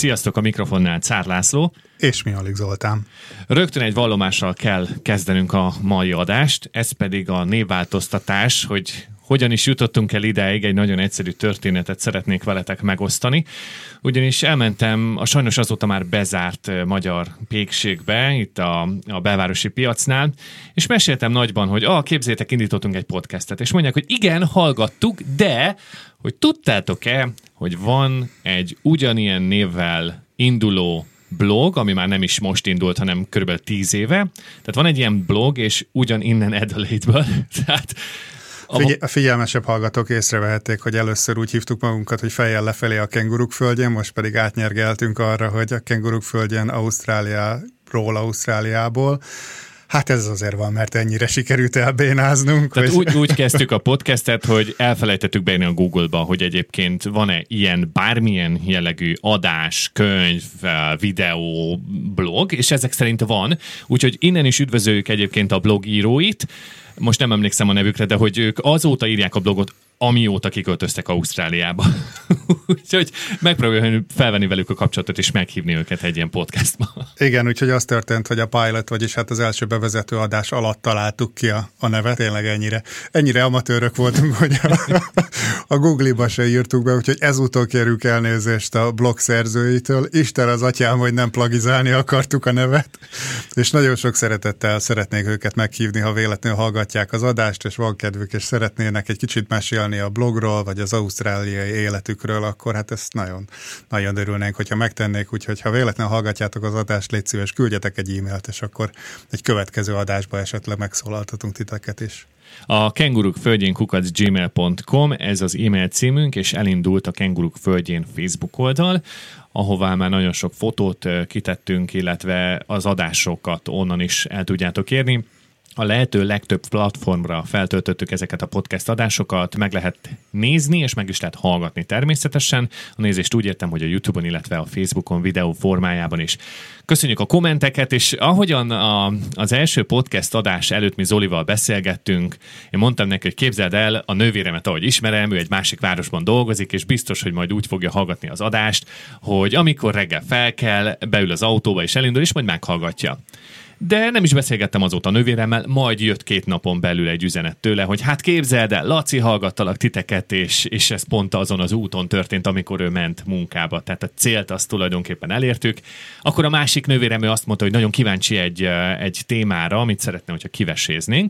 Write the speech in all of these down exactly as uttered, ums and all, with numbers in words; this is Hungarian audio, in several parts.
Sziasztok, a mikrofonnál Czár László. És Mihálik Zoltán. Rögtön egy vallomással kell kezdenünk a mai adást, ez pedig a névváltoztatás, hogy hogyan is jutottunk el ideig, egy nagyon egyszerű történetet szeretnék veletek megosztani. Ugyanis elmentem a sajnos azóta már bezárt magyar pékségbe, itt a, a belvárosi piacnál, és meséltem nagyban, hogy ah, képzétek, indítottunk egy podcastet, és mondják, hogy igen, hallgattuk, de hogy tudtátok-e, hogy van egy ugyanilyen névvel induló blog, ami már nem is most indult, hanem körülbelül tíz éve. Tehát van egy ilyen blog, és ugyan innen Adelaide-ből. Tehát a, Figy- a figyelmesebb hallgatók észrevehették, hogy először úgy hívtuk magunkat, hogy fejjel lefelé a kenguruk földjén, most pedig átnyergeltünk arra, hogy a kenguruk földjén Ausztráliáról, Ausztráliából. Hát ez azért van, mert ennyire sikerült elbénáznunk. Tehát hogy... úgy, úgy kezdtük a podcastet, hogy elfelejtettük beírni a Google-ba, hogy egyébként van-e ilyen bármilyen jellegű adás, könyv, videó, blog, és ezek szerint van. Úgyhogy innen is üdvözöljük egyébként a blogíróit. Most nem emlékszem a nevükre, de hogy ők azóta írják a blogot, amióta kiköltöztek Ausztráliába. Úgyhogy megpróbáljuk felvenni velük a kapcsolatot, és meghívni őket egy ilyen podcastba. Igen, úgyhogy az történt, hogy a pilot, vagyis hát az első bevezető adás alatt találtuk ki a, a nevet. Tényleg ennyire, ennyire amatőrök voltunk, hogy a, a Google-ba se írtuk be, úgyhogy ezúttal kérjük elnézést a blog szerzőitől. Isten az atyám, hogy nem plagizálni akartuk a nevet, és nagyon sok szeretettel szeretnék őket meghívni, ha véletlenül hallgatják az adást, és van kedvük, és szeretnének egy kicsit mesélni a blogról, vagy az ausztráliai életükről, akkor hát ezt nagyon, nagyon örülnénk, hogyha megtennék, úgyhogy ha véletlenül hallgatjátok az adást, légy szíves, küldjetek egy e-mailt, és akkor egy következő adásba esetleg megszólaltatunk titeket is. A kenguruk földjén kukac gmail pont com, ez az e-mail címünk, és elindult a Kenguruk földjén Facebook oldal, ahová már nagyon sok fotót kitettünk, illetve az adásokat onnan is el tudjátok érni. A lehető legtöbb platformra feltöltöttük ezeket a podcast adásokat, meg lehet nézni, és meg is lehet hallgatni természetesen. A nézést úgy értem, hogy a YouTube-on, illetve a Facebookon videó formájában is. Köszönjük a kommenteket, és ahogyan a, az első podcast adás előtt mi Zolival beszélgettünk, én mondtam neki, hogy képzeld el, a nővéremet, ahogy ismerem, ő egy másik városban dolgozik, és biztos, hogy majd úgy fogja hallgatni az adást, hogy amikor reggel felkel, beül az autóba és elindul, és majd meghallgatja. De nem is beszélgettem azóta a nővéremmel, majd jött két napon belül egy üzenet tőle, hogy hát képzeld el, Laci, hallgattalak titeket, és, és ez pont azon az úton történt, amikor ő ment munkába. Tehát a célt azt tulajdonképpen elértük. Akkor a másik nővérem ő azt mondta, hogy nagyon kíváncsi egy, egy témára, amit szeretne, hogyha kiveséznénk.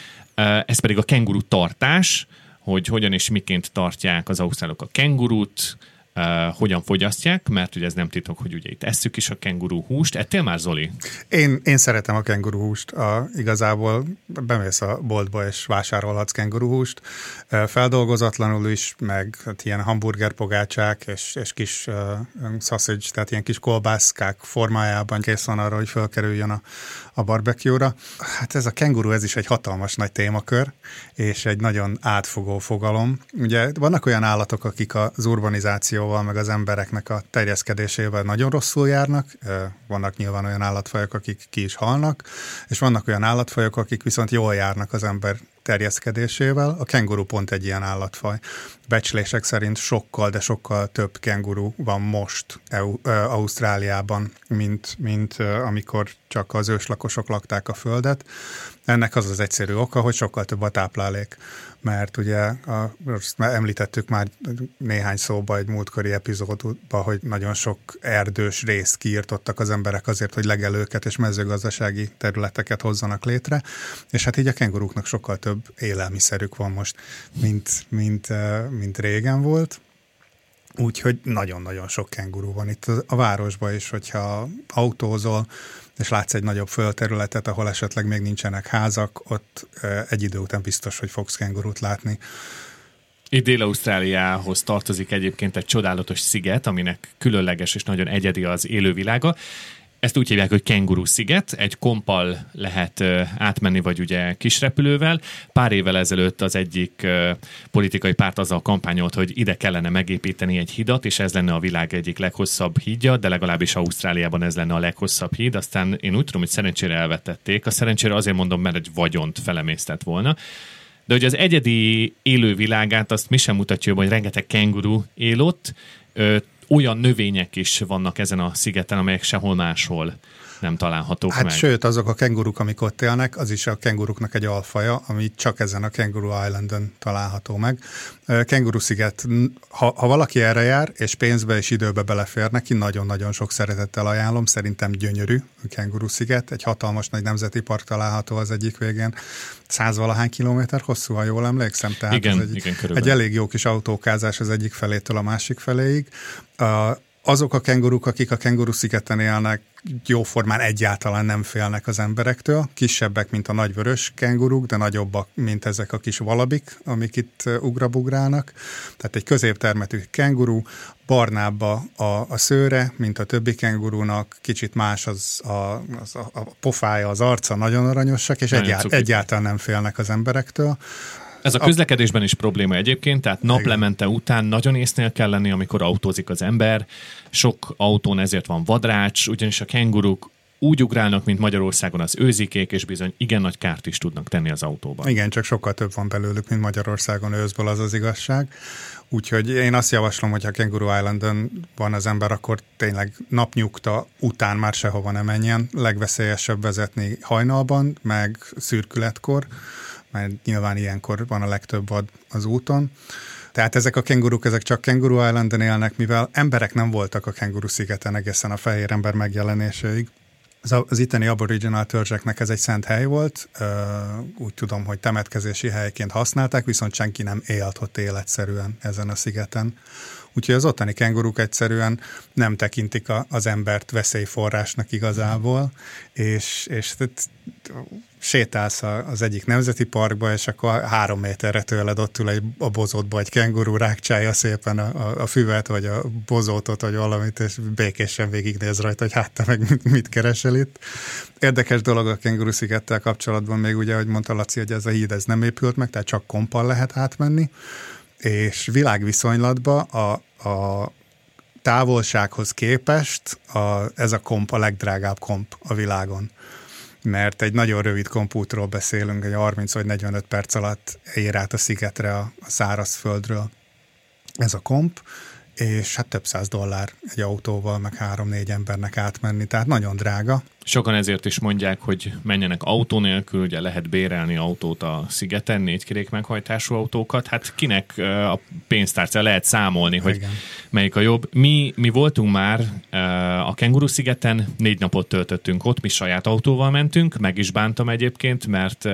Ez pedig a kenguru tartás, hogy hogyan és miként tartják az ausztrálok a kengurút, Uh, hogyan fogyasztják, mert ugye ez nem titok, hogy ugye itt esszük is a kenguru húst. Ettél már, Zoli? Én, én szeretem a kenguru húst. A, igazából bemész a boltba és vásárolhatsz kenguru húst. Uh, feldolgozatlanul is, meg hát ilyen hamburgerpogácsák és, és kis uh, sausage, tehát ilyen kis kolbászkák formájában kész van arra, hogy felkerüljön a, a barbecue-ra. Hát ez a kenguru, ez is egy hatalmas nagy témakör, és egy nagyon átfogó fogalom. Ugye vannak olyan állatok, akik az urbanizáció meg az embereknek a terjeszkedésével nagyon rosszul járnak. Vannak nyilván olyan állatfajok, akik ki is halnak, és vannak olyan állatfajok, akik viszont jól járnak az ember terjeszkedésével. A kenguru pont egy ilyen állatfaj. Becslések szerint sokkal, de sokkal több kenguru van most Ausztráliában, mint, mint amikor csak az őslakosok lakták a földet. Ennek az az egyszerű oka, hogy sokkal több a táplálék. Mert ugye, a, említettük már néhány szóba egy múltkori epizódban, hogy nagyon sok erdős részt kiirtottak az emberek azért, hogy legelőket és mezőgazdasági területeket hozzanak létre, és hát így a kenguruknak sokkal több élelmiszerük van most, mint, mint, mint régen volt. Úgyhogy nagyon-nagyon sok kenguru van itt a városban is, hogyha autózol, és látsz egy nagyobb földterületet, ahol esetleg még nincsenek házak, ott egy idő után biztos, hogy fogsz kengurút látni. Itt Dél-Ausztráliához tartozik egyébként egy csodálatos sziget, aminek különleges és nagyon egyedi az élővilága. Ezt úgy hívják, hogy Kenguru-sziget, egy kompal lehet uh, átmenni, vagy ugye kisrepülővel. Pár évvel ezelőtt az egyik uh, politikai párt azzal kampányolt, hogy ide kellene megépíteni egy hidat, és ez lenne a világ egyik leghosszabb hídja, de legalábbis Ausztráliában ez lenne a leghosszabb híd. Aztán én úgy tudom, hogy szerencsére elvetették. A szerencsére azért mondom, mert egy vagyont felemésztett volna. De hogy az egyedi élővilágát azt mi sem mutatja, hogy rengeteg kenguru él ott, uh, olyan növények is vannak ezen a szigeten, amelyek sehol máshol nem találhatók hát meg. Sőt, azok a kenguruk, amik ott élnek, az is a kenguruknak egy alfaja, ami csak ezen a Kangaroo Islanden található meg. Kenguru sziget, ha, ha valaki erre jár, és pénzbe és időbe belefér neki, nagyon-nagyon sok szeretettel ajánlom, szerintem gyönyörű a Kenguru sziget, egy hatalmas nagy nemzeti park található az egyik végén, százvalahány kilométer hosszú, ha jól emlékszem, tehát igen, ez egy, igen, egy elég jó kis autókázás az egyik felétől a másik feléig. A, azok a kenguruk, akik a Kenguru szigeten élnek, jóformán egyáltalán nem félnek az emberektől, kisebbek, mint a nagyvörös kenguruk, de nagyobbak, mint ezek a kis valabik, amik itt ugrabugrálnak. Tehát egy középtermetű kenguru, barnább a, a szőre, mint a többi kengurúnak, kicsit más az a, az a, a pofája, az arca, nagyon aranyosak, és egyált, egyáltalán nem félnek az emberektől. Ez a közlekedésben is probléma egyébként, tehát naplemente után nagyon észnél kell lenni, amikor autózik az ember. Sok autón ezért van vadrács, ugyanis a kenguruk úgy ugrálnak, mint Magyarországon az őzikék, és bizony igen nagy kárt is tudnak tenni az autóban. Igen, csak sokkal több van belőlük, mint Magyarországon őszből, az az igazság. Úgyhogy én azt javaslom, hogy ha Kangaroo Islanden van az ember, akkor tényleg napnyugta után már sehova nem menjen. Legveszélyesebb vezetni hajnalban, meg szürkületkor, mert nyilván ilyenkor van a legtöbb vad az úton. Tehát ezek a kenguruk, ezek csak Kangaroo Islanden élnek, mivel emberek nem voltak a Kenguru szigeten egészen a fehér ember megjelenéséig. Az itteni aboriginal törzseknek ez egy szent hely volt, úgy tudom, hogy temetkezési helyként használták, viszont senki nem élt ott életszerűen ezen a szigeten. Úgyhogy az ottani kenguruk egyszerűen nem tekintik a, az embert veszélyforrásnak igazából, és, és sétálsz az egyik nemzeti parkba, és akkor három méterre tőled ott ül egy, a bozótba egy kenguru, rákcsálja szépen a, a füvet, vagy a bozótot, vagy valamit, és békésen végignéz rajta, hogy hát te meg mit, mit keresel itt. Érdekes dolog a Kenguru szigettel kapcsolatban még ugye, ahogy mondta Laci, hogy ez a híd ez nem épült meg, tehát csak kompal lehet átmenni, és világviszonylatban a, a távolsághoz képest a, ez a komp a legdrágább komp a világon. Mert egy nagyon rövid kompútról beszélünk, egy harminc vagy negyvenöt perc alatt ér át a szigetre a, a szárazföldről ez a komp, és hát több száz dollár egy autóval, meg három-négy embernek átmenni, tehát nagyon drága. Sokan ezért is mondják, hogy menjenek autó nélkül, ugye lehet bérelni autót a szigeten, négy kerék meghajtású autókat, hát kinek a pénztárca lehet számolni, hogy igen, melyik a jobb. Mi, mi voltunk már a Kenguru szigeten, négy napot töltöttünk ott, mi saját autóval mentünk, meg is bántam egyébként, mert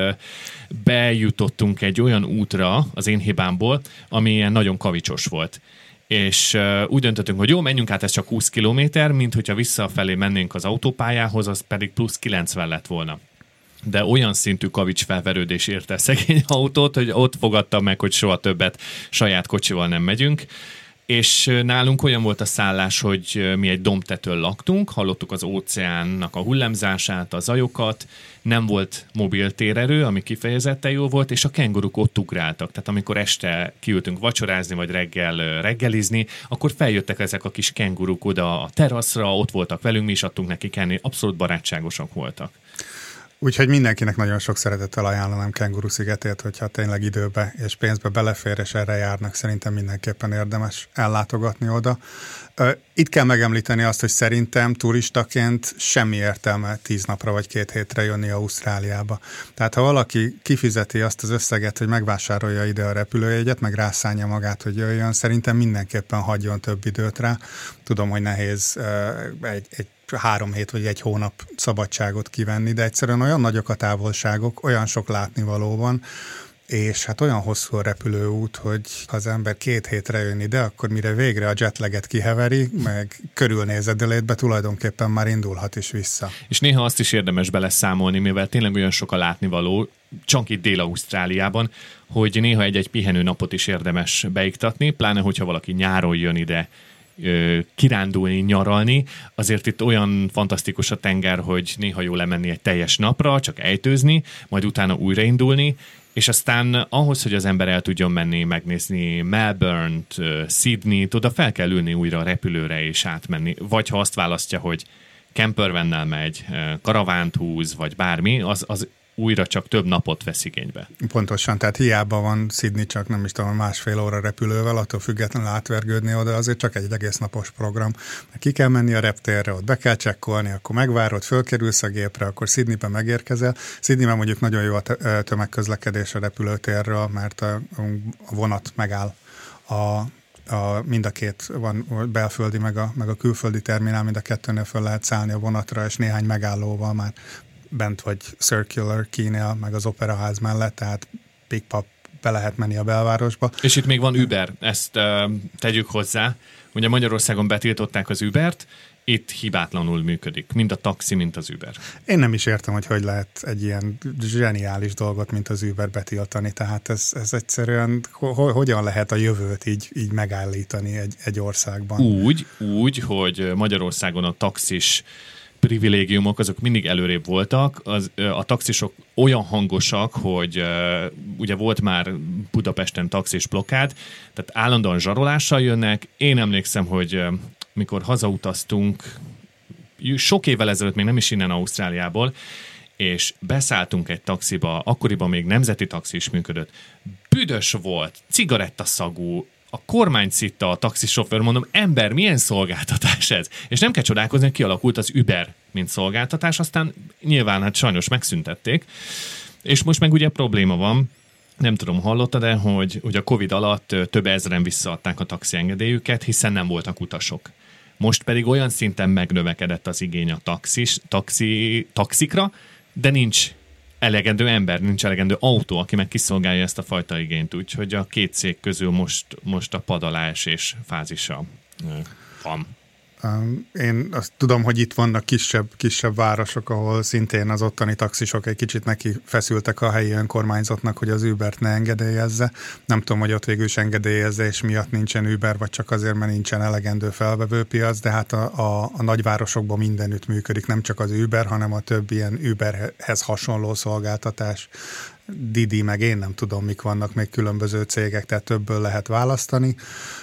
bejutottunk egy olyan útra az én hibámból, ami ilyen nagyon kavicsos volt. És uh, úgy döntöttünk, hogy jó, menjünk át, ez csak húsz kilométer, mint hogyha visszafelé mennénk az autópályához, az pedig plusz kilencven lett volna. De olyan szintű kavicsfelverődés érte szegény autót, hogy ott fogadtam meg, hogy soha többet saját kocsival nem megyünk. És nálunk olyan volt a szállás, hogy mi egy dombtetőn laktunk, hallottuk az óceánnak a hullámzását, a zajokat, nem volt mobil térerő, ami kifejezetten jó volt, és a kenguruk ott ugráltak. Tehát amikor este kiültünk vacsorázni, vagy reggel reggelizni, akkor feljöttek ezek a kis kenguruk oda a teraszra, ott voltak velünk, mi is adtunk nekik enni, abszolút barátságosak voltak. Úgyhogy mindenkinek nagyon sok szeretettel ajánlanám Kenguru szigetét, hogyha tényleg időbe és pénzbe belefér, és erre járnak, szerintem mindenképpen érdemes ellátogatni oda. Itt kell megemlíteni azt, hogy szerintem turistaként semmi értelme tíz napra vagy két hétre jönni Ausztráliába. Tehát ha valaki kifizeti azt az összeget, hogy megvásárolja ide a repülőjegyet, meg rászánja magát, hogy jöjjön, szerintem mindenképpen hagyjon több időt rá. Tudom, hogy nehéz egy, egy három hét vagy egy hónap szabadságot kivenni, de egyszerűen olyan nagyok a távolságok, olyan sok látnivaló van, és hát olyan hosszú a repülőút, hogy ha az ember két hétre jön ide, akkor mire végre a jetlaget kiheveri, meg körülnéz a delétbe, tulajdonképpen már indulhat is vissza. És néha azt is érdemes beleszámolni, mivel tényleg olyan sok a látnivaló, csak itt Dél-Ausztráliában, hogy néha egy-egy pihenő napot is érdemes beiktatni, pláne hogyha valaki nyáron jön ide kirándulni, nyaralni, azért itt olyan fantasztikus a tenger, hogy néha jó lemenni egy teljes napra, csak ejtőzni, majd utána újraindulni, és aztán ahhoz, hogy az ember el tudjon menni, megnézni Melbourne-t, Sydney-t, oda fel kell ülni újra a repülőre és átmenni. Vagy ha azt választja, hogy campervannel megy, karavánt húz, vagy bármi, az, az újra csak több napot vesz igénybe. Pontosan, tehát hiába van Sydney csak nem is tudom, másfél óra repülővel, attól függetlenül átvergődni oda, azért csak egy egész napos program. Ki kell menni a reptérre, ott be kell csekkolni, akkor megvárod, fölkerülsz a gépre, akkor Sydneyben megérkezel. Sydneyben mondjuk nagyon jó a tömegközlekedés a repülőtérről, mert a vonat megáll a A, mind a két van belföldi, meg a, meg a külföldi terminál, mind a kettőnél föl lehet szállni a vonatra, és néhány megállóval már bent vagy Circular Quay-nél, meg az Operaház mellett, tehát pick-pop be lehet menni a belvárosba. És itt még van Uber, ezt uh, tegyük hozzá. Ugye Magyarországon betiltották az Ubert, itt hibátlanul működik, mind a taxi, mint az Uber. Én nem is értem, hogy hogy lehet egy ilyen zseniális dolgot, mint az Uber betiltani, tehát ez, ez egyszerűen ho- hogyan lehet a jövőt így, így megállítani egy, egy országban? Úgy, úgy, hogy Magyarországon a taxis privilégiumok azok mindig előrébb voltak. Az, a taxisok olyan hangosak, hogy uh, ugye volt már Budapesten taxis blokkád, tehát állandóan zsarolással jönnek. Én emlékszem, hogy uh, mikor hazautaztunk, sok évvel ezelőtt, még nem is innen Ausztráliából, és beszálltunk egy taxiba, akkoriban még nemzeti taxi is működött. Büdös volt, cigarettaszagú, a kormány szitta a taxisofőr, mondom, ember, milyen szolgáltatás ez? És nem kell csodálkozni, hogy kialakult az Uber, mint szolgáltatás, aztán nyilván hát sajnos megszüntették, és most meg ugye probléma van, nem tudom, hallottad de hogy, hogy a Covid alatt több ezren visszaadták a taxi engedélyüket, hiszen nem voltak utasok. Most pedig olyan szinten megnövekedett az igény a taxis, taxi, taxikra, de nincs elegendő ember, nincs elegendő autó, aki meg kiszolgálja ezt a fajta igényt, úgyhogy a két cég közül most, most a padalásés fázisa van. Én azt tudom, hogy itt vannak kisebb, kisebb városok, ahol szintén az ottani taxisok egy kicsit neki feszültek a helyi önkormányzatnak, hogy az Ubert ne engedélyezze. Nem tudom, hogy ott végül is engedélyezés miatt nincsen Uber, vagy csak azért, mert nincsen elegendő felvevőpiac, de hát a, a, a nagyvárosokban mindenütt működik, nem csak az Uber, hanem a több ilyen Uberhez hasonló szolgáltatás. Didi, meg én nem tudom, mik vannak még különböző cégek, tehát többből lehet választani.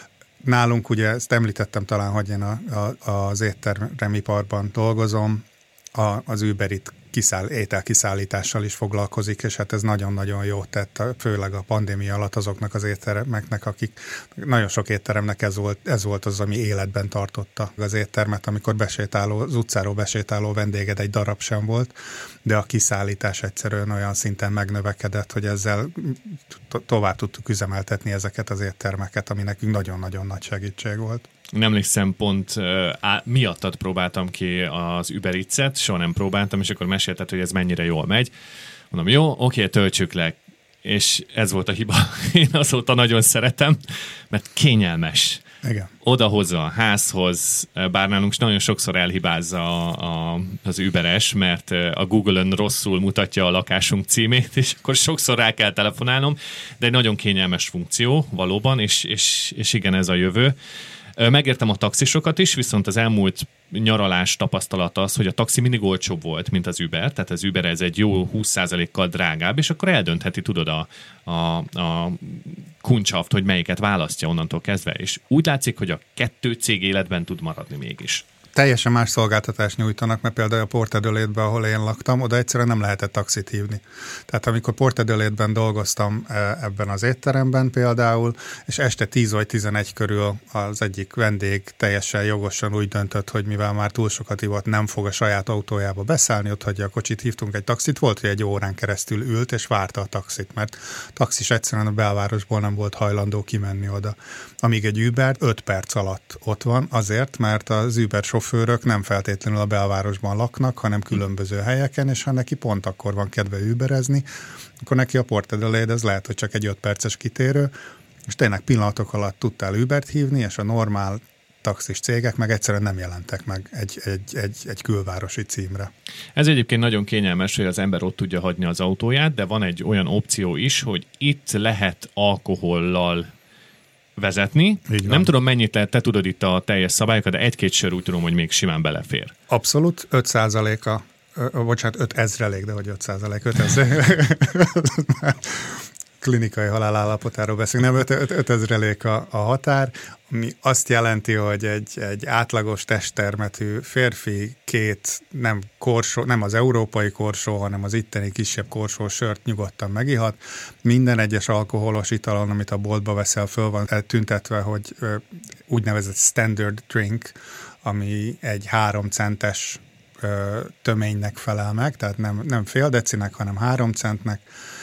Nálunk ugye, ezt említettem talán, hogy én a, a, az étteremiparban dolgozom, a, az Uber itt kiszáll, ételkiszállítással is foglalkozik, és hát ez nagyon-nagyon jó tett, főleg a pandémia alatt azoknak az étteremeknek, akik nagyon sok étteremnek ez volt, ez volt az, ami életben tartotta az éttermet, amikor besétáló, az utcáról besétáló vendéged egy darab sem volt, de a kiszállítás egyszerűen olyan szinten megnövekedett, hogy ezzel to- tovább tudtuk üzemeltetni ezeket az éttermeket, ami nekünk nagyon-nagyon nagy segítség volt. Nem emlékszem, pont uh, á, miattad próbáltam ki az Uber Eats-et, soha nem próbáltam, és akkor mesélted, hogy ez mennyire jól megy. Mondom, jó, oké, töltsük le. És ez volt a hiba. Én azóta nagyon szeretem, mert kényelmes. Igen. Oda-hozza a házhoz, bár nálunk nagyon sokszor elhibázza a, a, az Uberes, mert a Google-ön rosszul mutatja a lakásunk címét, és akkor sokszor rá kell telefonálnom, de egy nagyon kényelmes funkció valóban, és, és, és igen, ez a jövő. Megértem a taxisokat is, viszont az elmúlt nyaralás tapasztalata az, hogy a taxi mindig olcsóbb volt, mint az Uber, tehát az Uber ez egy jó húsz százalékkal drágább, és akkor eldöntheti, tudod, a, a, a Kundschaft, hogy melyiket választja onnantól kezdve, és úgy látszik, hogy a kettő cég életben tud maradni mégis. Teljesen más szolgáltatást nyújtanak, mert például a Port Adelaide-ben, ahol én laktam, oda egyszerűen nem lehetett taxit hívni. Tehát amikor Port Adelaide-ben dolgoztam ebben az étteremben például, és este tíz vagy tizenegy körül az egyik vendég teljesen jogosan úgy döntött, hogy mivel már túl sokat ivott, nem fog a saját autójába beszállni, ott hagyja a kocsit, hívtunk egy taxit, volt, hogy egy órán keresztül ült, és várta a taxit, mert taxis egyszerűen a belvárosból nem volt hajlandó kimenni oda. Amíg egy Uber öt perc alatt ott van, azért, mert az Uber sofőrök nem feltétlenül a belvárosban laknak, hanem különböző helyeken, és ha neki pont akkor van kedve Uberezni, akkor neki a Port Adelaide ez lehet, hogy csak egy öt perces kitérő, és tényleg pillanatok alatt tudtál Ubert hívni, és a normál taxis cégek meg egyszerűen nem jelentek meg egy, egy, egy, egy külvárosi címre. Ez egyébként nagyon kényelmes, hogy az ember ott tudja hagyni az autóját, de van egy olyan opció is, hogy itt lehet alkohollal vezetni. Nem tudom, mennyit lehet, te tudod itt a teljes szabályokat, de egy-két sör úgy tudom, hogy még simán belefér. Abszolút, öt százaléka, bocsánat, öt ezrelék, de hogy öt százalék, öt ezrelék. klinikai halálállapotáról beszélünk, nem ötezrelék a, a határ, ami azt jelenti, hogy egy, egy átlagos testtermetű férfi két nem korsó, nem az európai korsó, hanem az itteni kisebb korsó sört nyugodtan megihat. Minden egyes alkoholos italon, amit a boltba veszel, föl van tüntetve, hogy úgynevezett standard drink, ami egy három centes töménynek felel meg, tehát nem, nem fél decinek, hanem három centnek,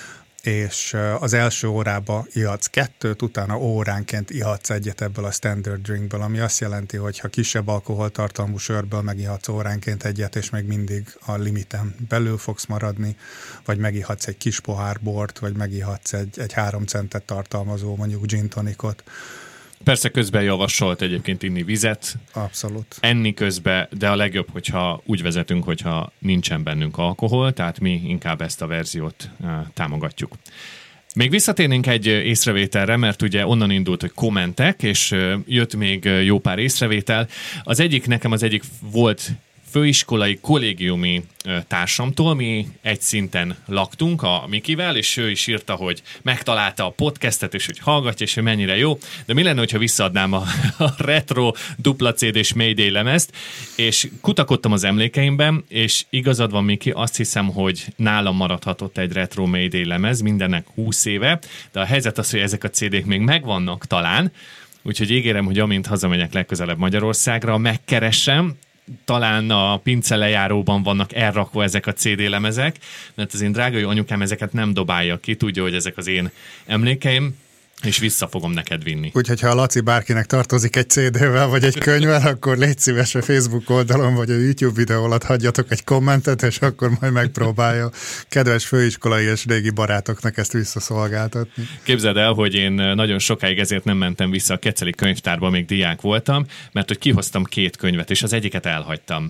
és az első órába ihatsz kettőt, utána óránként ihatsz egyet ebből a standard drinkből, ami azt jelenti, hogy ha kisebb alkoholtartalmú sörből megihatsz óránként egyet, és még mindig a limiten belül fogsz maradni, vagy megihatsz egy kis pohár bort, vagy megihatsz egy, egy három centet tartalmazó, mondjuk gin tonicot. Persze közben javasolt egyébként inni vizet. Abszolút. Enni közben, de a legjobb, hogyha úgy vezetünk, hogyha nincsen bennünk alkohol, tehát mi inkább ezt a verziót uh, támogatjuk. Még visszatérnénk egy észrevételre, mert ugye onnan indult, hogy kommentek, és uh, jött még jó pár észrevétel. Az egyik, nekem az egyik volt főiskolai kollégiumi társamtól, mi egy szinten laktunk a Mikivel, és ő is írta, hogy megtalálta a podcastet, és hogy hallgatja, és hogy mennyire jó, de mi lenne, hogyha visszaadnám a, a retro dupla cé dés Mayday lemezt, és kutakodtam az emlékeimben, és igazad van, Miki, azt hiszem, hogy nálam maradhatott egy retro Mayday lemez, mindennek húsz éve, de a helyzet az, hogy ezek a cé dék még megvannak talán, úgyhogy ígérem, hogy amint hazamegyek legközelebb Magyarországra, megkeressem, talán a pince lejáróban vannak elrakva ezek a cé dé lemezek, mert az én drága jó anyukám ezeket nem dobálja ki, tudja, hogy ezek az én emlékeim, és vissza fogom neked vinni. Úgyhogy ha a Laci bárkinek tartozik egy cé dével, vagy egy könyvvel, akkor légy szíves a Facebook oldalon, vagy a YouTube videó alatt hagyjatok egy kommentet, és akkor majd megpróbálja kedves főiskolai és régi barátoknak ezt visszaszolgáltatni. Képzeld el, hogy én nagyon sokáig ezért nem mentem vissza a Keceli könyvtárba, még diák voltam, mert hogy kihoztam két könyvet, és az egyiket elhagytam.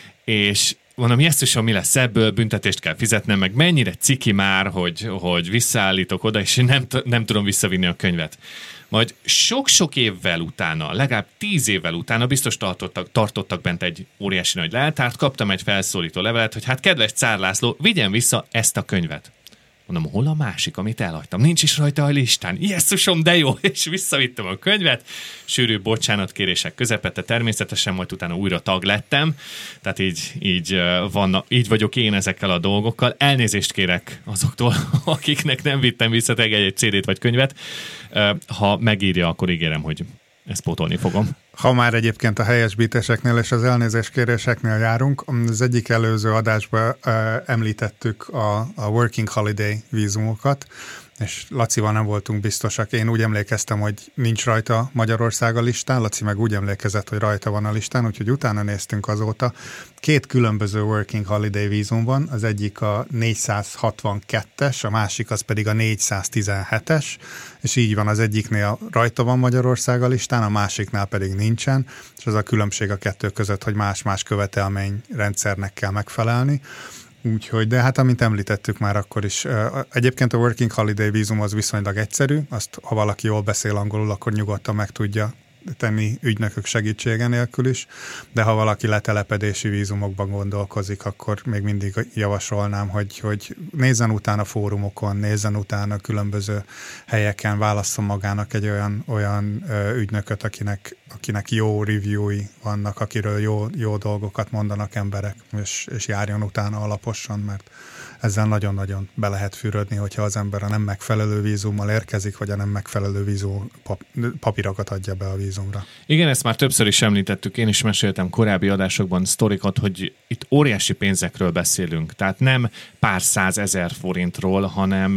És mondom, jesszusom, mi lesz ebből, büntetést kell fizetnem, meg mennyire ciki már, hogy, hogy visszaállítok oda, és nem, nem tudom visszavinni a könyvet. Majd sok-sok évvel utána, legalább tíz évvel utána biztos tartottak, tartottak bent egy óriási nagy leltárt, kaptam egy felszólító levelet, hogy hát kedves Czár László, vigyen vissza ezt a könyvet. Mondom, hol a másik, amit elhagytam? Nincs is rajta a listán. Jesszusom, de jó! És visszavittem a könyvet. Sűrű bocsánatkérések közepette természetesen, majd utána újra tag lettem. Tehát így, így, van, így vagyok én ezekkel a dolgokkal. Elnézést kérek azoktól, akiknek nem vittem vissza egy cé dét vagy könyvet. Ha megírja, akkor ígérem, hogy ezt pótolni fogom. Ha már egyébként a helyesbítéseknél és az elnézéskéréseknél járunk, az egyik előző adásban uh, említettük a, a Working Holiday vízumokat, és Lacival nem voltunk biztosak. Én úgy emlékeztem, hogy nincs rajta Magyarország a listán, Laci meg úgy emlékezett, hogy rajta van a listán, úgyhogy utána néztünk azóta. Két különböző Working Holiday vízum van, az egyik a négyszázhatvankettes, a másik az pedig a négyszáztizenhetes, és így van, az egyiknél rajta van Magyarország a listán, a másiknál pedig nincsen, és az a különbség a kettő között, hogy más-más követelményrendszernek kell megfelelni. Úgyhogy, de hát amint említettük már akkor is, egyébként a Working Holiday vízum az viszonylag egyszerű, azt ha valaki jól beszél angolul, akkor nyugodtan meg tudja tenni ügynökök segítsége nélkül is, de ha valaki letelepedési vízumokban gondolkozik, akkor még mindig javasolnám, hogy, hogy nézzen utána fórumokon, nézzen utána különböző helyeken, válasszon magának egy olyan, olyan ügynököt, akinek, akinek jó review-i vannak, akiről jó, jó dolgokat mondanak emberek, és, és járjon utána alaposan, mert ezzel nagyon-nagyon be lehet fürödni, hogyha az ember a nem megfelelő vízummal érkezik, vagy a nem megfelelő vízum pap- papírokat adja be a vízumra. Igen, ezt már többször is említettük, én is meséltem korábbi adásokban sztorikat, hogy itt óriási pénzekről beszélünk, tehát nem pár százezer forintról, hanem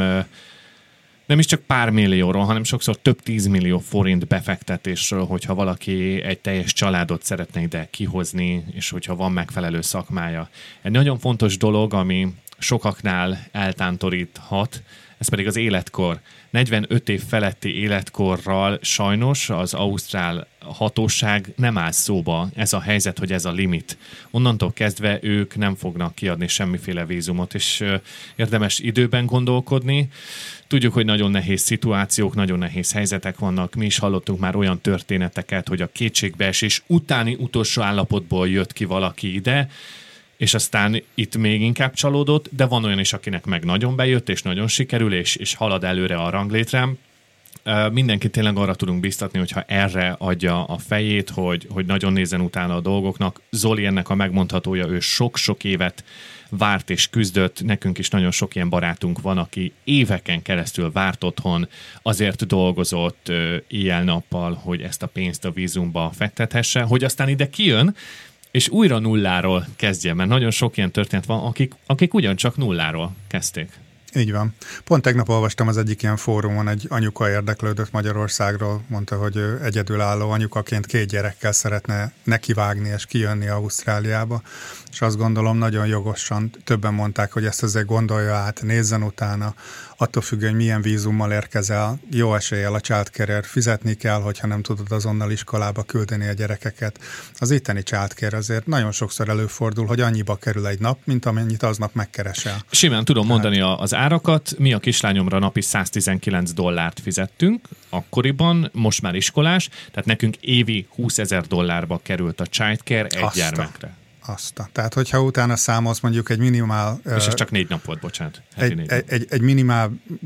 nem is csak pár millióról, hanem sokszor több tízmillió forint befektetésről, hogyha valaki egy teljes családot szeretne ide kihozni, és hogyha van megfelelő szakmája. Egy nagyon fontos dolog, ami sokaknál eltántoríthat, ez pedig az életkor. negyvenöt év feletti életkorral sajnos az ausztrál hatóság nem áll szóba. Ez a helyzet, hogy ez a limit. Onnantól kezdve ők nem fognak kiadni semmiféle vízumot, és érdemes időben gondolkodni. Tudjuk, hogy nagyon nehéz szituációk, nagyon nehéz helyzetek vannak. Mi is hallottunk már olyan történeteket, hogy a kétségbeesés utáni utolsó állapotból jött ki valaki ide, és aztán itt még inkább csalódott, de van olyan is, akinek meg nagyon bejött, és nagyon sikerül, és, és halad előre a ranglétrán. Mindenkit tényleg arra tudunk biztatni, hogyha erre adja a fejét, hogy, hogy nagyon nézzen utána a dolgoknak. Zoli ennek a megmondhatója, ő sok-sok évet várt és küzdött, nekünk is nagyon sok ilyen barátunk van, aki éveken keresztül várt otthon, azért dolgozott éjjel-nappal, hogy ezt a pénzt a vízumba fektethesse, hogy aztán ide kijön, és újra nulláról kezdje, mert nagyon sok ilyen történet van, akik, akik ugyancsak nulláról kezdték. Így van. Pont tegnap olvastam az egyik ilyen fórumon, egy anyuka érdeklődött Magyarországról, mondta, hogy ő egyedülálló anyukaként két gyerekkel szeretne nekivágni és kijönni Ausztráliába, és azt gondolom nagyon jogosan többen mondták, hogy ezt azért gondolja át, nézzen utána, attól függően, hogy milyen vízummal érkezel, jó eséllyel a childcare-ért fizetni kell, hogyha nem tudod azonnal iskolába küldeni a gyerekeket. Az itteni childcare azért nagyon sokszor előfordul, hogy annyiba kerül egy nap, mint amennyit aznap megkeresel. Simán tudom Tehát... mondani az árakat. Mi a kislányomra napi száztizenkilenc dollárt fizettünk akkoriban, most már iskolás, tehát nekünk évi húszezer dollárba került a childcare egy Azta. gyermekre. Azt. Tehát, hogyha utána számolsz mondjuk egy minimál... És ez csak négy nap volt, bocsánat. Egy, négy egy, egy, egy minimál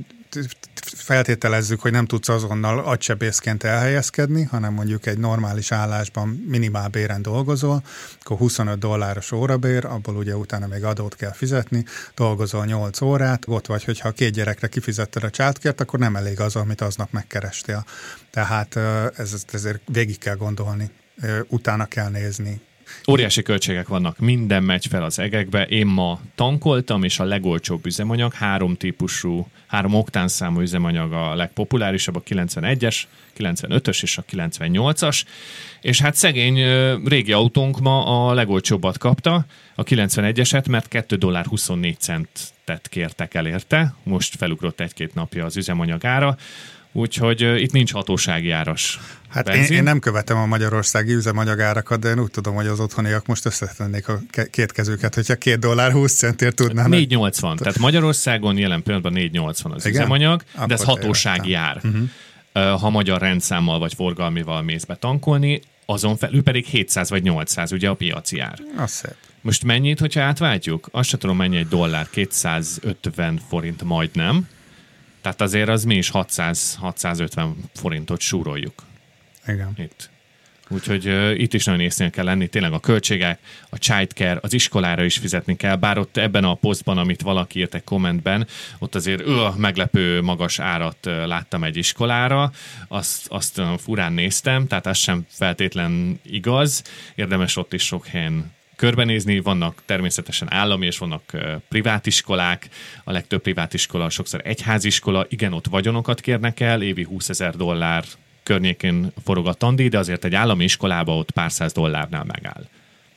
feltételezzük, hogy nem tudsz azonnal agysebészként elhelyezkedni, hanem mondjuk egy normális állásban minimál béren dolgozol, akkor huszonöt dolláros órabér, abból ugye utána még adót kell fizetni, dolgozol nyolc órát, ott vagy, hogyha két gyerekre kifizetted a childcare-t, akkor nem elég az, amit aznap megkerestél. Tehát ez, ezért végig kell gondolni, utána kell nézni. Óriási költségek vannak, minden megy fel az egekbe. Én ma tankoltam, és a legolcsóbb üzemanyag, három típusú, három oktánszámú üzemanyag a legpopulárisabb, a kilencvenegyes, kilencvenötös és a kilencvennyolcas, és hát szegény régi autónk ma a legolcsóbbat kapta, a kilencvenegyeset, mert két dollár huszonnégy centet kértek el érte, most felugrott egy-két napja az üzemanyag ára, úgyhogy uh, itt nincs hatósági áras Hát én, én nem követem a magyarországi üzemanyagárakat, de én úgy tudom, hogy az otthoniak most összetennék a két kezüket, hogyha két dollár húsz centért tudnának. négy nyolcvan, tehát Magyarországon jelen pillanatban négy nyolcvan az Igen? üzemanyag, Akkor de ez hatósági ár. Uh-huh. Uh, ha magyar rendszámmal vagy forgalmival mész be tankolni, azon felül pedig hétszáz vagy nyolcszáz, ugye a piaci ár. Az szép. Most mennyit, hogyha átváltjuk? Azt sem tudom, mennyi egy dollár, kétszázötven forint majdnem. Tehát azért az mi is hatszáz-hatszázötven forintot súroljuk. Igen. Itt. Úgyhogy uh, itt is nagyon észnél kell lenni, tényleg a költségek, a childcare, az iskolára is fizetni kell, bár ott ebben a posztban, amit valaki írt egy kommentben, ott azért ö, meglepő magas árat uh, láttam egy iskolára, azt, azt uh, furán néztem, tehát az sem feltétlen igaz, érdemes ott is sok helyen körbenézni, vannak természetesen állami, és vannak uh, privátiskolák, a legtöbb privátiskola sokszor egyháziskola, igen, ott vagyonokat kérnek el, évi húszezer dollár környékén forog a tandíj, de azért egy állami iskolába ott pár száz dollárnál megáll.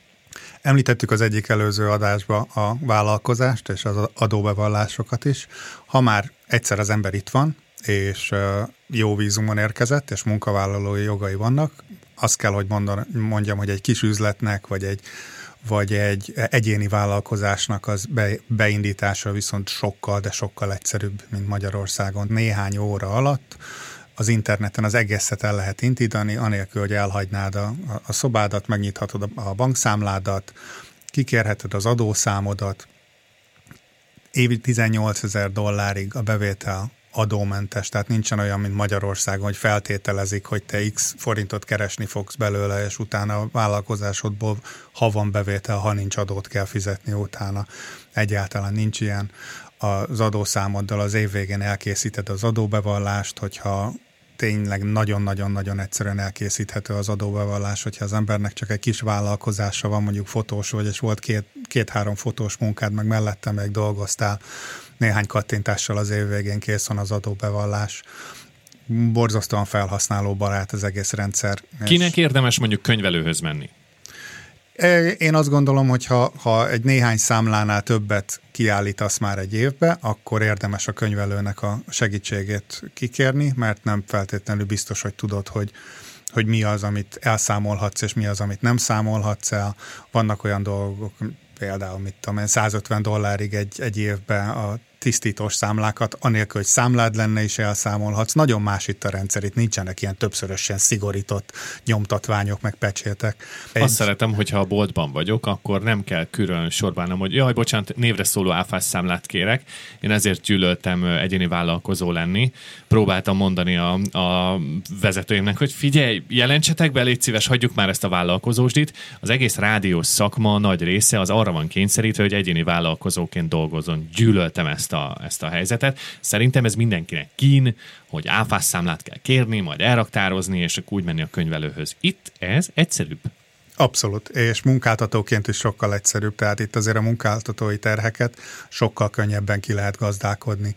Említettük az egyik előző adásba a vállalkozást és az adóbevallásokat is. Ha már egyszer az ember itt van, és uh, jó vízumon érkezett, és munkavállalói jogai vannak, azt kell, hogy mondjam, hogy egy kis üzletnek, vagy egy vagy egy egyéni vállalkozásnak az be, beindítása viszont sokkal, de sokkal egyszerűbb, mint Magyarországon. Néhány óra alatt az interneten az egészet el lehet indítani, anélkül, hogy elhagynád a, a szobádat, megnyithatod a, a bankszámládat, kikérheted az adószámodat, évi tizennyolcezer dollárig a bevétel adómentes, tehát nincsen olyan, mint Magyarországon, hogy feltételezik, hogy te x forintot keresni fogsz belőle, és utána a vállalkozásodból ha van bevétel, ha nincs adót kell fizetni utána. Egyáltalán nincs ilyen. Az adószámoddal az év végén elkészíted az adóbevallást, hogyha tényleg nagyon-nagyon-nagyon egyszerűen elkészíthető az adóbevallás, hogyha az embernek csak egy kis vállalkozása van, mondjuk fotós vagy, és volt két, két-három fotós munkád, meg mellette még dolgoztál, néhány kattintással az év végén kész van az adóbevallás. Borzasztóan felhasználóbarát az egész rendszer. Kinek érdemes mondjuk könyvelőhöz menni? Én azt gondolom, hogy ha, ha egy néhány számlánál többet kiállítasz már egy évbe, akkor érdemes a könyvelőnek a segítségét kikérni, mert nem feltétlenül biztos, hogy tudod, hogy, hogy mi az, amit elszámolhatsz, és mi az, amit nem számolhatsz el. Vannak olyan dolgok, például mit tudom én, százötven dollárig egy, egy évben a tisztítós számlákat, anélkül, hogy számlád lenne is elszámolhatsz. Nagyon más itt a rendszer, itt nincsenek ilyen többszörösen szigorított nyomtatványok, meg pecsétek. Egy... Azt szeretem, hogyha a boltban vagyok, akkor nem kell külön sorbálnom, hogy jaj, bocsánat, névre szóló áfás számlát kérek. Én ezért gyűlöltem egyéni vállalkozó lenni. Próbáltam mondani a, a vezetőimnek, hogy figyelj, jelentsetek be, légy szíves, hagyjuk már ezt a vállalkozósdit. Az egész rádiós szakma nagy része az arra van kényszerítve, hogy egyéni vállalkozóként dolgozzon. Gyűlöltem ezt a, ezt a helyzetet. Szerintem ez mindenkinek kín, hogy áfás számlát kell kérni, majd elraktározni, és akkor úgy menni a könyvelőhöz. Itt ez egyszerűbb. Abszolút, és munkáltatóként is sokkal egyszerűbb, tehát itt azért a munkáltatói terheket sokkal könnyebben ki lehet gazdálkodni.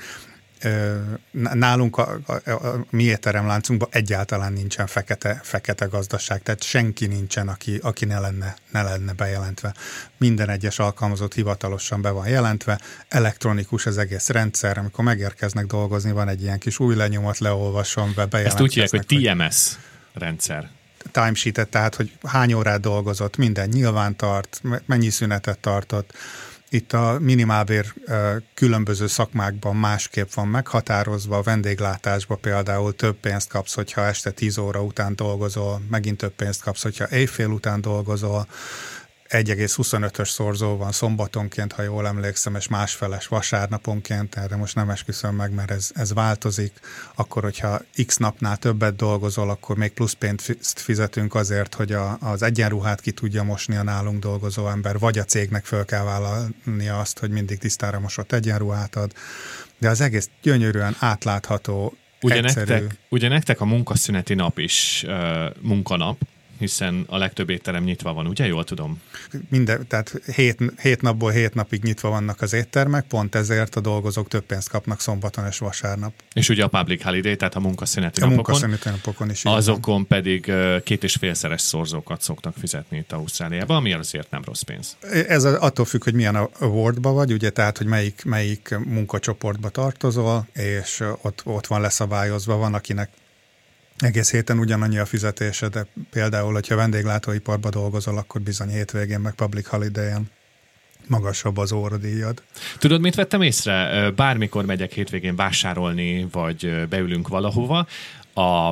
Nálunk a, a, a mi étteremláncunkban egyáltalán nincsen fekete, fekete gazdaság, tehát senki nincsen, aki, aki ne, lenne, ne lenne bejelentve. Minden egyes alkalmazott hivatalosan be van jelentve, elektronikus az egész rendszer, amikor megérkeznek dolgozni, van egy ilyen kis új lenyomat, leolvasom, be bejelentkeznek. Ezt úgy hívják, hogy té em es rendszer. Timesheet-et, tehát hogy hány órát dolgozott, minden nyilván tart, mennyi szünetet tartott. Itt a minimálbér különböző szakmákban másképp van meghatározva, a vendéglátásban például több pénzt kapsz, hogyha este tíz óra után dolgozol, megint több pénzt kapsz, hogyha éjfél után dolgozol, egy egész huszonötös szorzó van szombatonként, ha jól emlékszem, és másfeles vasárnaponként, erre most nem esküszöm meg, mert ez, ez változik. Akkor, hogyha x napnál többet dolgozol, akkor még plusz pénzt fizetünk azért, hogy a, az egyenruhát ki tudja mosni a nálunk dolgozó ember, vagy a cégnek föl kell vállalnia azt, hogy mindig tisztára mosott egyenruhát ad. De az egész gyönyörűen átlátható, ugye egyszerű. Nektek, ugye nektek a munkaszüneti nap is uh, munkanap, hiszen a legtöbb étterem nyitva van, ugye? Jól tudom? Minden, tehát hét, hét napból hét napig nyitva vannak az éttermek, pont ezért a dolgozók több pénzt kapnak szombaton és vasárnap. És ugye a public holiday, tehát a munkaszüneti a napokon, munkaszüneti napokon is. azokon van. Pedig két és félszeres szorzókat szoktak fizetni itt Ausztráliában, ami azért nem rossz pénz. Ez attól függ, hogy milyen awardba vagy, ugye, tehát, hogy melyik, melyik munkacsoportba tartozol, és ott, ott van leszabályozva, van, akinek egész héten ugyanannyi a fizetése, de például, hogyha vendéglátóiparban dolgozol, akkor bizony hétvégén, meg public holiday-en magasabb az óradíjad. Tudod, mit vettem észre? Bármikor megyek hétvégén vásárolni, vagy beülünk valahova, a,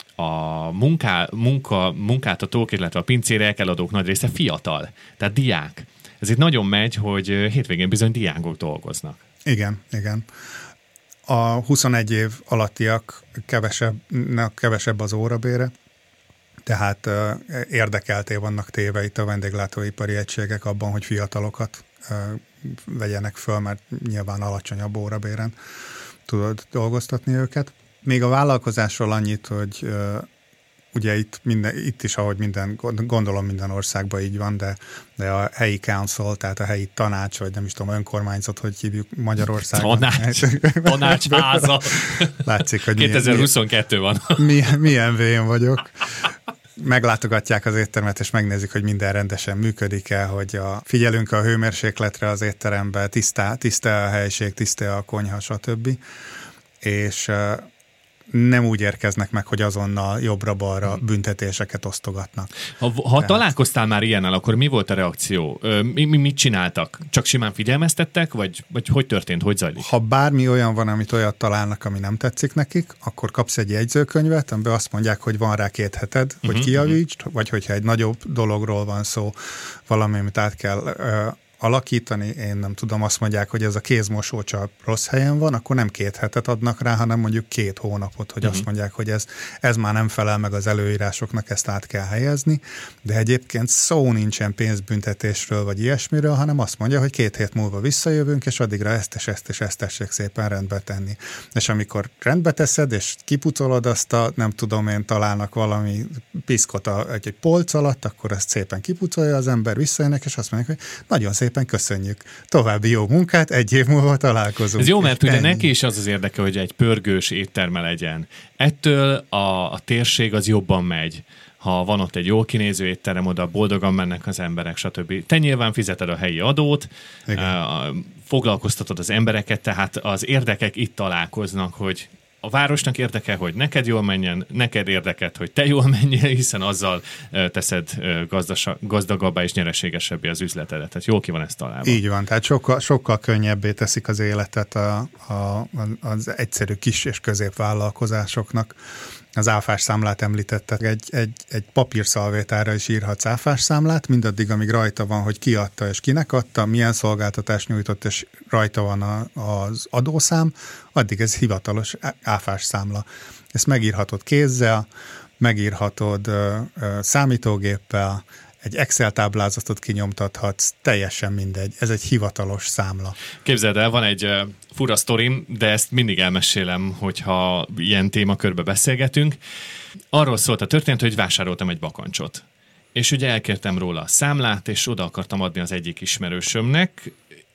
a munká, munka, munkáltatók, illetve a pincérek, eladók nagy része fiatal, tehát diák. Ez itt nagyon megy, hogy hétvégén bizony diákok dolgoznak. Igen, igen. A huszonegy év alattiak kevesebb, kevesebb az órabére, tehát uh, érdekelté vannak téve itt a vendéglátóipari egységek abban, hogy fiatalokat uh, vegyenek föl, mert nyilván alacsonyabb órabéren tudod dolgoztatni őket. Még a vállalkozásról annyit, hogy uh, ugye itt, minden, itt is, ahogy minden, gondolom minden országban így van, de, de a helyi council, tehát a helyi tanács, vagy nem is tudom, önkormányzat, hogy hívjuk Magyarországon. Tanács, tanácsháza. Látszik, hogy kétezer-huszonkettő milyen, van. Milyen, milyen vén vagyok. Meglátogatják az éttermet, és megnézik, hogy minden rendesen működik-e, hogy a, figyelünk a hőmérsékletre az étteremben, tiszta, tiszta a helység, tiszta a konyha, stb. És nem úgy érkeznek meg, hogy azonnal jobbra-balra büntetéseket osztogatnak. Ha, ha Tehát... találkoztál már ilyennel, akkor mi volt a reakció? Mi, mi, mit csináltak? Csak simán figyelmeztettek, vagy, vagy hogy történt, hogy zajlik? Ha bármi olyan van, amit olyat találnak, ami nem tetszik nekik, akkor kapsz egy jegyzőkönyvet, amiben azt mondják, hogy van rá két heted, hogy uh-huh, kijavítsd, uh-huh. vagy hogyha egy nagyobb dologról van szó, valami, amit át kell uh, alakítani, én nem tudom, azt mondják, hogy ez a kézmosócsap rossz helyen van, akkor nem két hetet adnak rá, hanem mondjuk két hónapot, hogy uh-huh. azt mondják, hogy ez, ez már nem felel meg az előírásoknak, ezt át kell helyezni, de egyébként szó nincsen pénzbüntetésről, vagy ilyesmiről, hanem azt mondja, hogy két hét múlva visszajövünk, és addigra ezt és ezt és ezt tessék szépen rendbe tenni. És amikor rendbe teszed, és kipucolod azt a, nem tudom én, találnak valami piszkot a, egy, egy polc alatt, akkor ezt szépen kipucolja az ember, visszajönnek, és azt mondják, hogy nagyon szépen köszönjük. További jó munkát, egy év múlva találkozunk. Ez jó, mert ugye neki is az az érdeke, hogy egy pörgős étterme legyen. Ettől a, a térség az jobban megy. Ha van ott egy jól kinéző étterem, oda boldogan mennek az emberek, stb. Te nyilván fizeted a helyi adót, igen. foglalkoztatod az embereket, tehát az érdekek itt találkoznak, hogy a városnak érdeke, hogy neked jól menjen, neked érdeked, hogy te jól menjél, hiszen azzal teszed gazdasa, gazdagabbá és nyereségesebbé az üzletedet. Tehát jól ki van ezt találva. Így van, tehát sokkal, sokkal könnyebbé teszik az életet a, a, az egyszerű kis és középvállalkozásoknak. Az áfás számlát említettek, egy, egy, egy papírszalvétára is írhatsz áfás számlát, mindaddig, amíg rajta van, hogy ki adta és kinek adta, milyen szolgáltatást nyújtott, és rajta van a, az adószám, addig ez hivatalos áfás számla. Ezt megírhatod kézzel, megírhatod ö, ö, számítógéppel, egy Excel táblázatot kinyomtathatsz, teljesen mindegy. Ez egy hivatalos számla. Képzeld el, van egy uh, fura sztorim, de ezt mindig elmesélem, hogyha ilyen témakörbe beszélgetünk. Arról szólt a történet, hogy vásároltam egy bakancsot. És ugye elkértem róla a számlát, és oda akartam adni az egyik ismerősömnek,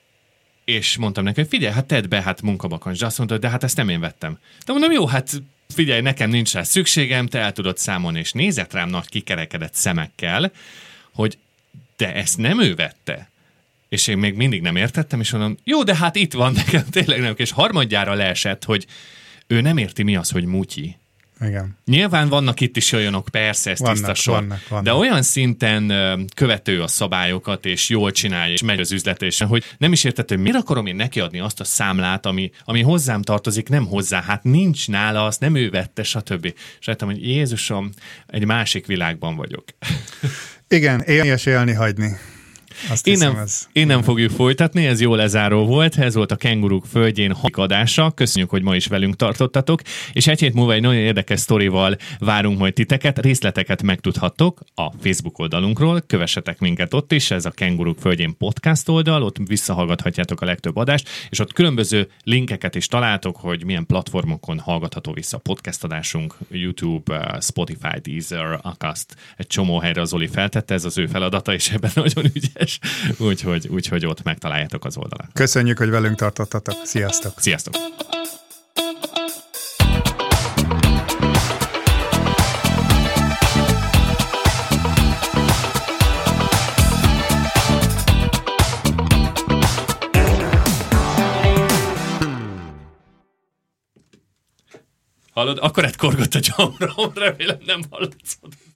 és mondtam neki, hogy figyelj, hát tedd be, hát munkabakancs. De azt mondta, de hát ezt nem én vettem. De mondom, jó, hát figyelj, nekem nincs rá szükségem, te el tudod számolni, és nézett rám nagy kikerekedett szemekkel, hogy de ezt nem ő vette. És én még mindig nem értettem, és mondom, jó, de hát itt van nekem, tényleg nem. És harmadjára leesett, hogy ő nem érti, mi az, hogy mutyi. Igen. Nyilván vannak itt is olyanok, persze, ez vannak, tiszta sor, vannak, vannak. de olyan szinten követő a szabályokat, és jól csinálja, és megy az üzletésen, hogy nem is értett, hogy miért akarom én neki adni azt a számlát, ami, ami hozzám tartozik, nem hozzá, hát nincs nála, azt nem ő vette, stb. És láttam, hogy Jézusom, egy másik világban vagyok. Igen, élni és élni hagyni. Azt Innen, hiszem, ez... innen fogjuk folytatni, ez jó lezáró volt, ez volt a Kenguruk földjén hatik adása, köszönjük, hogy ma is velünk tartottatok, és egy hét múlva egy nagyon érdekes sztorival várunk majd titeket, részleteket megtudhattok a Facebook oldalunkról, kövessetek minket ott is, ez a Kenguruk földjén podcast oldal, ott visszahallgathatjátok a legtöbb adást, és ott különböző linkeket is találtok, hogy milyen platformokon hallgatható vissza a podcast adásunk, YouTube, Spotify, Deezer, Acast, egy csomó helyre az Zoli feltette, ez az ő feladata, és ebben nagyon ügyes. Úgyhogy, úgyhogy ott megtaláljátok az oldalát. Köszönjük, hogy velünk tartottatok. Sziasztok! Sziasztok! Hallod? Akkor korgott a gyomrom, remélem nem hallatszod.